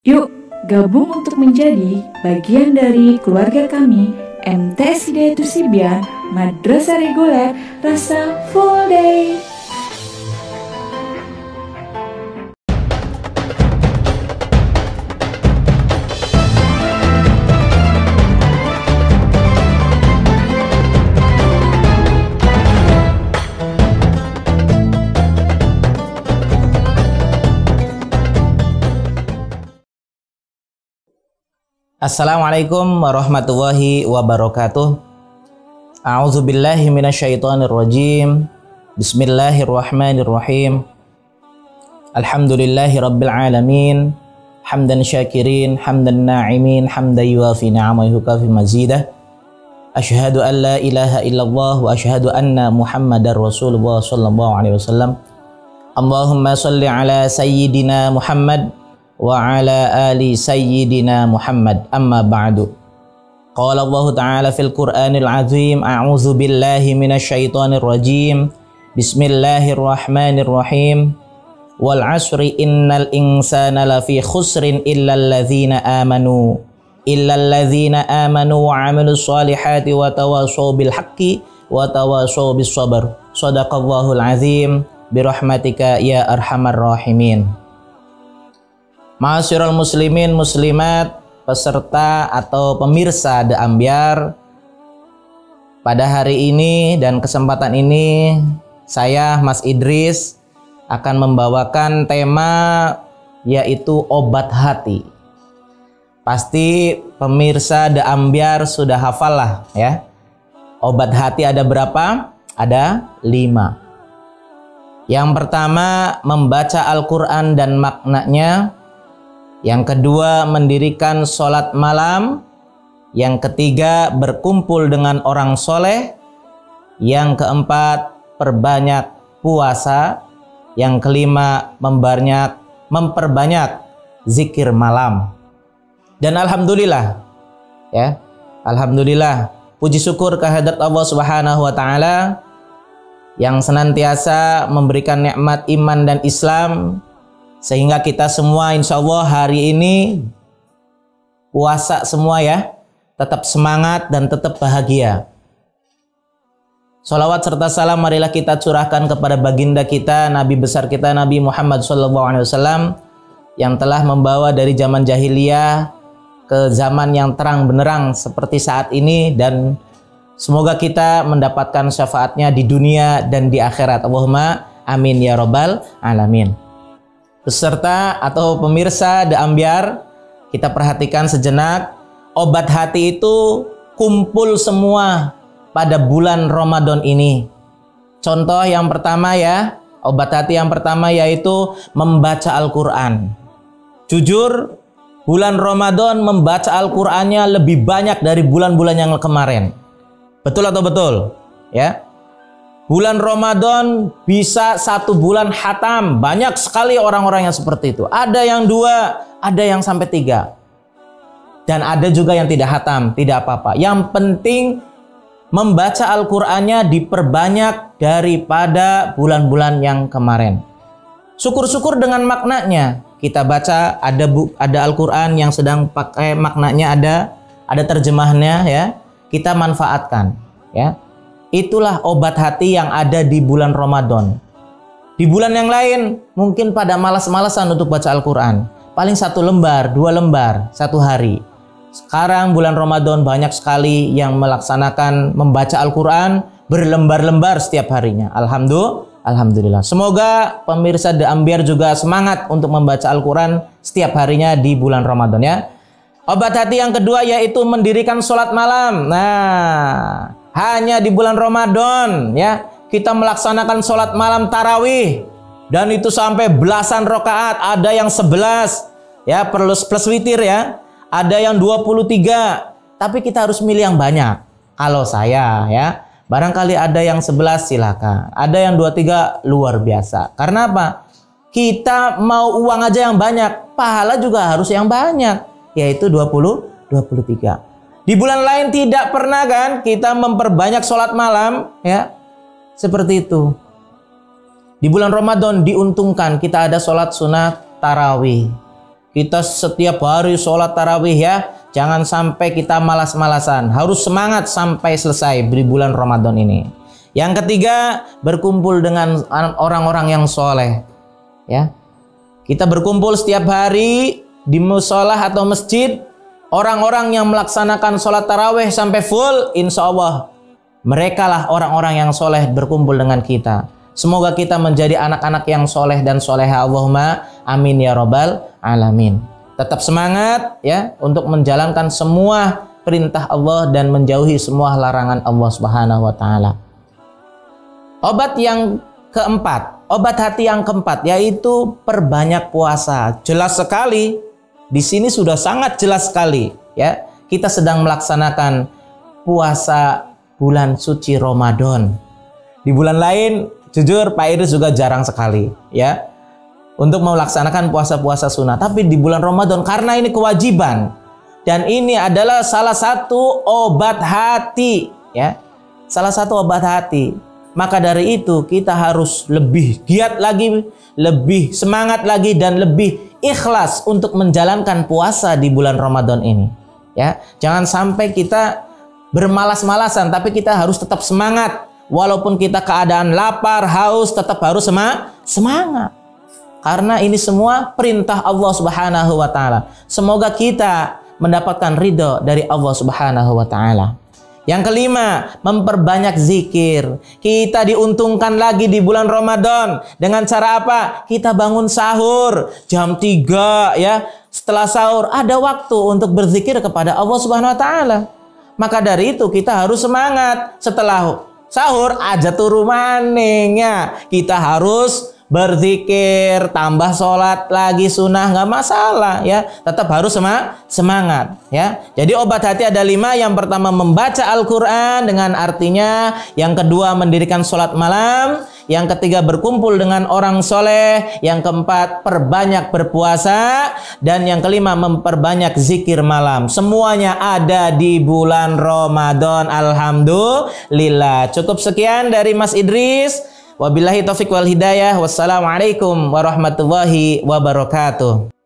Yuk, gabung untuk menjadi bagian dari keluarga kami, MTS Hidayah Tusibian, Madrasah Reguler Rasa Full Day. Assalamualaikum warahmatullahi wabarakatuh. A'udzubillahi minasyaitonirrajim. Bismillahirrahmanirrahim. Alhamdulillahi rabbil alamin. Hamdan syakirin, hamdan na'imin, hamdan yuafi ni'amahu yukafi mazidah. Asyhadu an la ilaha illallah wa asyhadu anna Muhammadar Rasulullah sallallahu alaihi wasallam. Allahumma shalli ala sayyidina Muhammad wa ala ali sayyidina Muhammad, amma ba'du. Qala Allah Ta'ala fil Qur'anil Azim, a'udzu billahi minasyaitonir rajim. Bismillahirrahmanirrahim. Wal 'asri innal insana lafi khusrin illal ladzina amanu wa 'amilus solihati wa tawashaw bil haqqi wa tawashaw bis sabr. Shadaqallahul azim birahmatika ya arhamar rahimin. Ma'asyiral muslimin muslimat, peserta atau pemirsa The Ambyar, pada hari ini dan kesempatan ini saya Mas Idris akan membawakan tema yaitu obat hati. Pasti pemirsa The Ambyar sudah hafal lah ya. Obat hati ada berapa? Ada 5. Yang pertama, membaca Al-Quran dan maknanya. Yang kedua, mendirikan sholat malam. Yang ketiga, berkumpul dengan orang soleh. Yang keempat, perbanyak puasa. Yang kelima, memperbanyak zikir malam. Dan alhamdulillah ya, alhamdulillah, puji syukur kehadirat Allah Subhanahu wa taala yang senantiasa memberikan nikmat iman dan Islam, sehingga kita semua insya Allah hari ini puasa semua ya, tetap semangat dan tetap bahagia. Salawat serta salam marilah kita curahkan kepada baginda kita, Nabi besar kita, Nabi Muhammad SAW, yang telah membawa dari zaman jahiliyah ke zaman yang terang benderang seperti saat ini, dan semoga kita mendapatkan syafaatnya di dunia dan di akhirat. Allahumma amin ya rabbal alamin. Peserta atau pemirsa The Ambyar, kita perhatikan sejenak. Obat hati itu kumpul semua pada bulan Ramadan ini. Contoh yang pertama ya, obat hati yang pertama yaitu membaca Al-Quran. Jujur, bulan Ramadan membaca Al-Qurannya lebih banyak dari bulan-bulan yang kemarin. Betul atau betul? Ya. Bulan Ramadan bisa 1 bulan khatam. Banyak sekali orang-orang yang seperti itu. Ada yang 2, ada yang sampai 3. Dan ada juga yang tidak khatam, tidak apa-apa. Yang penting membaca Al-Qur'annya diperbanyak daripada bulan-bulan yang kemarin. Syukur-syukur dengan maknanya. Kita baca, ada Al-Qur'an yang sedang pakai maknanya, ada terjemahannya ya. Kita manfaatkan ya. Itulah obat hati yang ada di bulan Ramadan. Di bulan yang lain mungkin pada malas-malasan untuk baca Al-Quran. Paling 1 lembar, 2 lembar, 1 hari. Sekarang bulan Ramadan banyak sekali yang melaksanakan membaca Al-Quran berlembar-lembar setiap harinya. Alhamdulillah. Semoga pemirsa The Ambyar juga semangat untuk membaca Al-Quran setiap harinya di bulan Ramadan ya. Obat hati yang kedua yaitu mendirikan sholat malam. Nah, hanya di bulan Ramadan ya, kita melaksanakan sholat malam tarawih, dan itu sampai belasan rakaat. Ada yang 11 ya, plus witir ya. Ada yang 23. Tapi kita harus milih yang banyak. Kalau saya ya, barangkali ada yang 11 silakan. Ada yang 23 luar biasa. Karena apa? Kita mau uang aja yang banyak, pahala juga harus yang banyak, yaitu 23. Di bulan lain tidak pernah kan kita memperbanyak sholat malam ya, seperti itu. Di bulan Ramadan diuntungkan kita ada sholat sunat tarawih. Kita setiap hari sholat tarawih ya. Jangan sampai kita malas-malasan. Harus semangat sampai selesai di bulan Ramadan ini. Yang ketiga, berkumpul dengan orang-orang yang soleh. Ya, kita berkumpul setiap hari di musola atau masjid. Orang-orang yang melaksanakan sholat tarawih sampai full, insya Allah mereka lah orang-orang yang soleh berkumpul dengan kita. Semoga kita menjadi anak-anak yang soleh dan soleha. Allahumma amin ya rabbal alamin. Tetap semangat ya untuk menjalankan semua perintah Allah dan menjauhi semua larangan Allah Subhanahu wa taala. Obat yang keempat, obat hati yang keempat yaitu perbanyak puasa. Jelas sekali di sini sudah sangat jelas sekali ya. Kita sedang melaksanakan puasa bulan suci Ramadan. Di bulan lain jujur Pak Iris juga jarang sekali ya untuk melaksanakan puasa-puasa sunnah. Tapi di bulan Ramadan karena ini kewajiban dan ini adalah salah satu obat hati ya. Salah satu obat hati. Maka dari itu kita harus lebih giat lagi, lebih semangat lagi dan lebih ikhlas untuk menjalankan puasa di bulan Ramadan ini. Ya, jangan sampai kita bermalas-malasan, tapi kita harus tetap semangat. Walaupun kita keadaan lapar, haus, tetap harus semangat. Karena ini semua perintah Allah Subhanahu wa taala. Semoga kita mendapatkan ridho dari Allah Subhanahu wa taala. Yang kelima, memperbanyak zikir. Kita diuntungkan lagi di bulan Ramadan. Dengan cara apa? Kita bangun sahur jam 3 ya. Setelah sahur ada waktu untuk berzikir kepada Allah Subhanahu wa taala. Maka dari itu kita harus semangat. Setelah sahur aja turu maning ya. Kita harus berzikir, tambah sholat lagi sunnah, nggak masalah ya. Tetap harus semangat ya. Jadi obat hati ada 5. Yang pertama membaca Al-Quran dengan artinya. Yang kedua mendirikan sholat malam. Yang ketiga berkumpul dengan orang soleh. Yang keempat perbanyak berpuasa. Dan yang kelima memperbanyak zikir malam. Semuanya ada di bulan Ramadan. Alhamdulillah. Cukup sekian dari Mas Idris. Wabillahi taufiq wal hidayah. Wassalamualaikum warahmatullahi wabarakatuh.